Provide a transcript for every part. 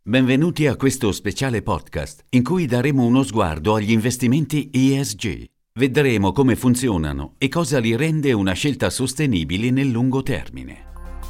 Benvenuti a questo speciale podcast in cui daremo uno sguardo agli investimenti ESG. Vedremo come funzionano e cosa li rende una scelta sostenibile nel lungo termine.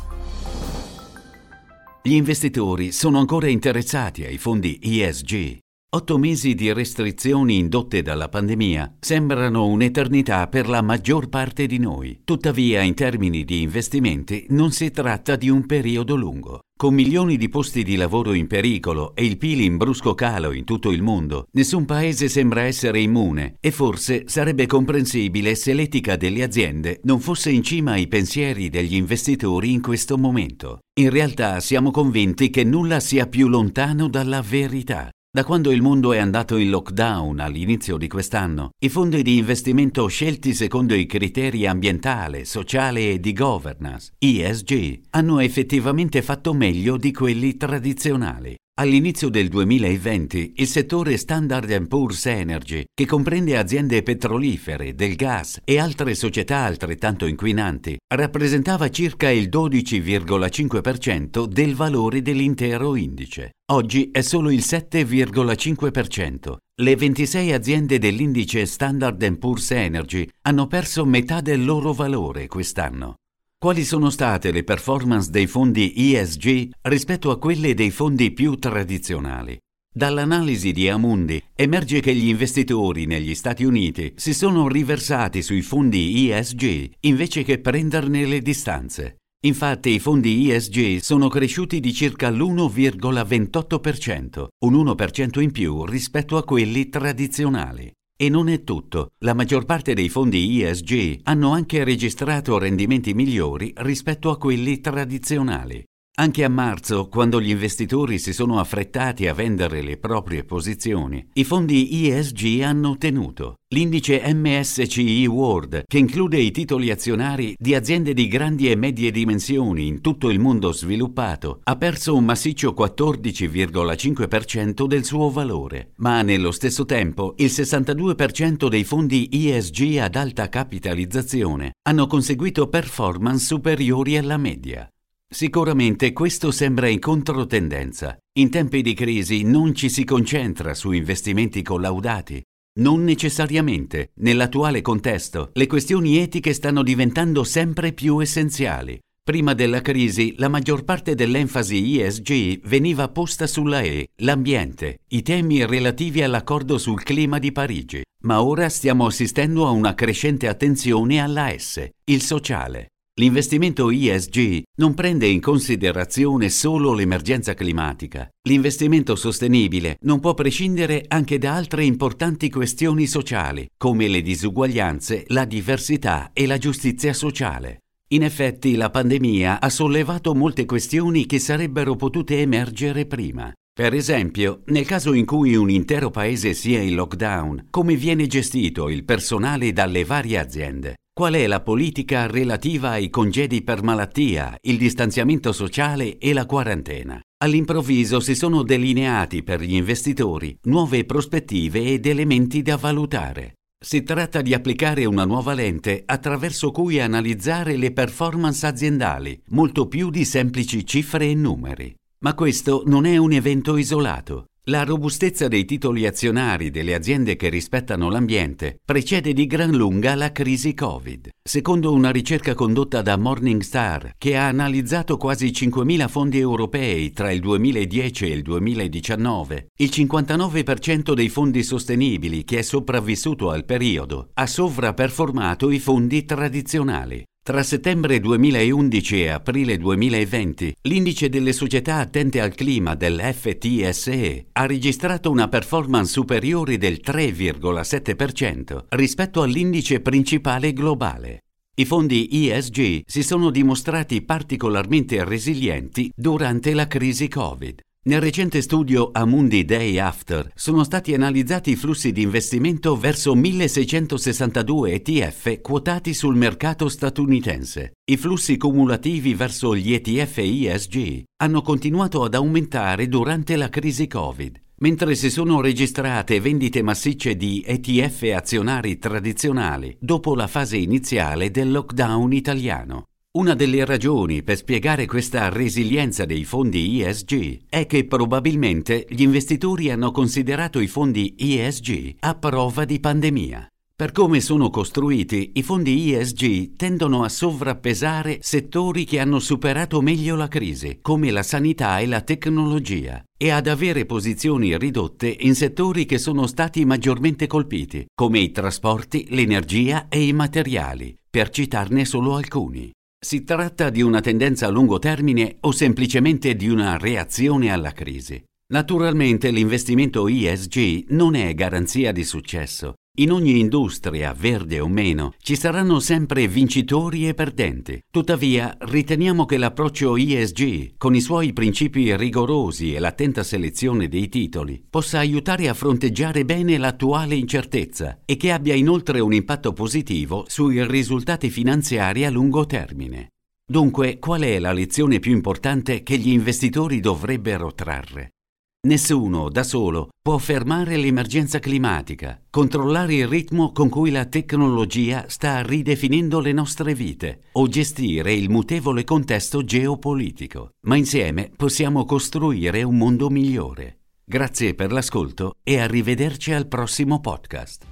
Gli investitori sono ancora interessati ai fondi ESG. 8 mesi di restrizioni indotte dalla pandemia sembrano un'eternità per la maggior parte di noi. Tuttavia, in termini di investimenti, non si tratta di un periodo lungo. Con milioni di posti di lavoro in pericolo e il PIL in brusco calo in tutto il mondo, nessun paese sembra essere immune e forse sarebbe comprensibile se l'etica delle aziende non fosse in cima ai pensieri degli investitori in questo momento. In realtà siamo convinti che nulla sia più lontano dalla verità. Da quando il mondo è andato in lockdown all'inizio di quest'anno, i fondi di investimento scelti secondo i criteri ambientale, sociale e di governance, ESG, hanno effettivamente fatto meglio di quelli tradizionali. All'inizio del 2020, il settore Standard & Poor's Energy, che comprende aziende petrolifere, del gas e altre società altrettanto inquinanti, rappresentava circa il 12,5% del valore dell'intero indice. Oggi è solo il 7,5%. Le 26 aziende dell'indice Standard & Poor's Energy hanno perso metà del loro valore quest'anno. Quali sono state le performance dei fondi ESG rispetto a quelle dei fondi più tradizionali? Dall'analisi di Amundi emerge che gli investitori negli Stati Uniti si sono riversati sui fondi ESG invece che prenderne le distanze. Infatti i fondi ESG sono cresciuti di circa l'1,28%, un 1% in più rispetto a quelli tradizionali. E non è tutto. La maggior parte dei fondi ESG hanno anche registrato rendimenti migliori rispetto a quelli tradizionali. Anche a marzo, quando gli investitori si sono affrettati a vendere le proprie posizioni, i fondi ESG hanno tenuto. L'indice MSCI World, che include i titoli azionari di aziende di grandi e medie dimensioni in tutto il mondo sviluppato, ha perso un massiccio 14,5% del suo valore, ma nello stesso tempo il 62% dei fondi ESG ad alta capitalizzazione hanno conseguito performance superiori alla media. Sicuramente questo sembra in controtendenza. In tempi di crisi non ci si concentra su investimenti collaudati. Non necessariamente. Nell'attuale contesto, le questioni etiche stanno diventando sempre più essenziali. Prima della crisi, la maggior parte dell'enfasi ESG veniva posta sulla l'ambiente, i temi relativi all'accordo sul clima di Parigi. Ma ora stiamo assistendo a una crescente attenzione alla S, il sociale. L'investimento ESG non prende in considerazione solo l'emergenza climatica. L'investimento sostenibile non può prescindere anche da altre importanti questioni sociali, come le disuguaglianze, la diversità e la giustizia sociale. In effetti, la pandemia ha sollevato molte questioni che sarebbero potute emergere prima. Per esempio, nel caso in cui un intero paese sia in lockdown, come viene gestito il personale dalle varie aziende? Qual è la politica relativa ai congedi per malattia, il distanziamento sociale e la quarantena? All'improvviso si sono delineati per gli investitori nuove prospettive ed elementi da valutare. Si tratta di applicare una nuova lente attraverso cui analizzare le performance aziendali, molto più di semplici cifre e numeri. Ma questo non è un evento isolato. La robustezza dei titoli azionari delle aziende che rispettano l'ambiente precede di gran lunga la crisi Covid. Secondo una ricerca condotta da Morningstar, che ha analizzato quasi 5.000 fondi europei tra il 2010 e il 2019, il 59% dei fondi sostenibili che è sopravvissuto al periodo ha sovraperformato i fondi tradizionali. Tra settembre 2011 e aprile 2020, l'indice delle società attente al clima dell'FTSE ha registrato una performance superiore del 3,7% rispetto all'indice principale globale. I fondi ESG si sono dimostrati particolarmente resilienti durante la crisi Covid. Nel recente studio Amundi Day After sono stati analizzati i flussi di investimento verso 1662 ETF quotati sul mercato statunitense. I flussi cumulativi verso gli ETF ESG hanno continuato ad aumentare durante la crisi Covid, mentre si sono registrate vendite massicce di ETF azionari tradizionali dopo la fase iniziale del lockdown italiano. Una delle ragioni per spiegare questa resilienza dei fondi ESG è che probabilmente gli investitori hanno considerato i fondi ESG a prova di pandemia. Per come sono costruiti, i fondi ESG tendono a sovrappesare settori che hanno superato meglio la crisi, come la sanità e la tecnologia, e ad avere posizioni ridotte in settori che sono stati maggiormente colpiti, come i trasporti, l'energia e i materiali, per citarne solo alcuni. Si tratta di una tendenza a lungo termine o semplicemente di una reazione alla crisi? Naturalmente l'investimento ESG non è garanzia di successo. In ogni industria, verde o meno, ci saranno sempre vincitori e perdenti. Tuttavia, riteniamo che l'approccio ESG, con i suoi principi rigorosi e l'attenta selezione dei titoli, possa aiutare a fronteggiare bene l'attuale incertezza e che abbia inoltre un impatto positivo sui risultati finanziari a lungo termine. Dunque, qual è la lezione più importante che gli investitori dovrebbero trarre? Nessuno, da solo, può fermare l'emergenza climatica, controllare il ritmo con cui la tecnologia sta ridefinendo le nostre vite o gestire il mutevole contesto geopolitico. Ma insieme possiamo costruire un mondo migliore. Grazie per l'ascolto e arrivederci al prossimo podcast.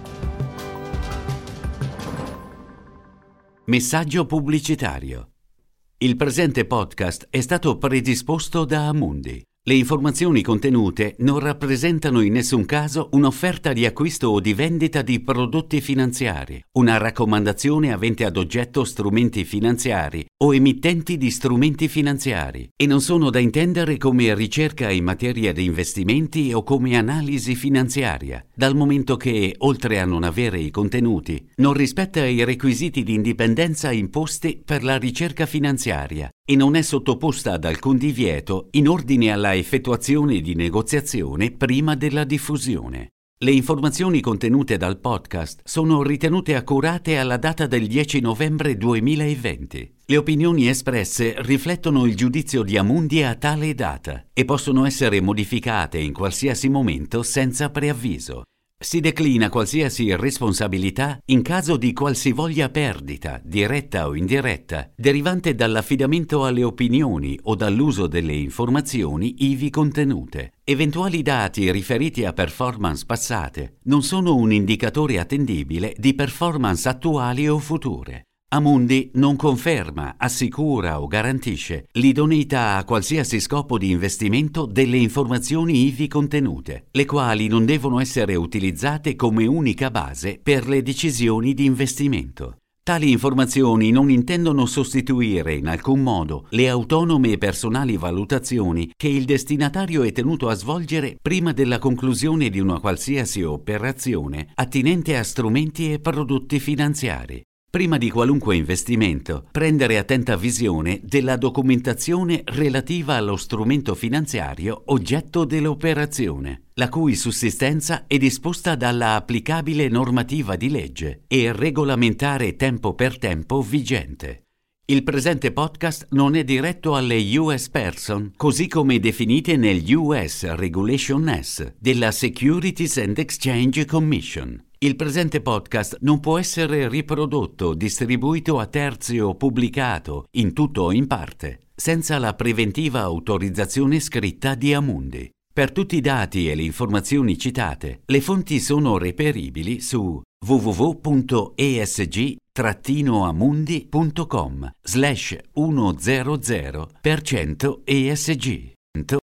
Messaggio pubblicitario. Il presente podcast è stato predisposto da Amundi. Le informazioni contenute non rappresentano in nessun caso un'offerta di acquisto o di vendita di prodotti finanziari, una raccomandazione avente ad oggetto strumenti finanziari o emittenti di strumenti finanziari e non sono da intendere come ricerca in materia di investimenti o come analisi finanziaria, dal momento che, oltre a non avere i contenuti, non rispetta i requisiti di indipendenza imposti per la ricerca finanziaria e non è sottoposta ad alcun divieto in ordine alla effettuazione di negoziazione prima della diffusione. Le informazioni contenute dal podcast sono ritenute accurate alla data del 10 novembre 2020. Le opinioni espresse riflettono il giudizio di Amundi a tale data e possono essere modificate in qualsiasi momento senza preavviso. Si declina qualsiasi responsabilità in caso di qualsivoglia perdita, diretta o indiretta, derivante dall'affidamento alle opinioni o dall'uso delle informazioni ivi contenute. Eventuali dati riferiti a performance passate non sono un indicatore attendibile di performance attuali o future. Amundi non conferma, assicura o garantisce l'idoneità a qualsiasi scopo di investimento delle informazioni ivi contenute, le quali non devono essere utilizzate come unica base per le decisioni di investimento. Tali informazioni non intendono sostituire in alcun modo le autonome e personali valutazioni che il destinatario è tenuto a svolgere prima della conclusione di una qualsiasi operazione attinente a strumenti e prodotti finanziari. Prima di qualunque investimento, prendere attenta visione della documentazione relativa allo strumento finanziario oggetto dell'operazione, la cui sussistenza è disposta dalla applicabile normativa di legge e regolamentare tempo per tempo vigente. Il presente podcast non è diretto alle US Person, così come definite negli US Regulation S della Securities and Exchange Commission. Il presente podcast non può essere riprodotto, distribuito a terzi o pubblicato, in tutto o in parte, senza la preventiva autorizzazione scritta di Amundi. Per tutti i dati e le informazioni citate, le fonti sono reperibili su www.esg-amundi.com/100% ESG.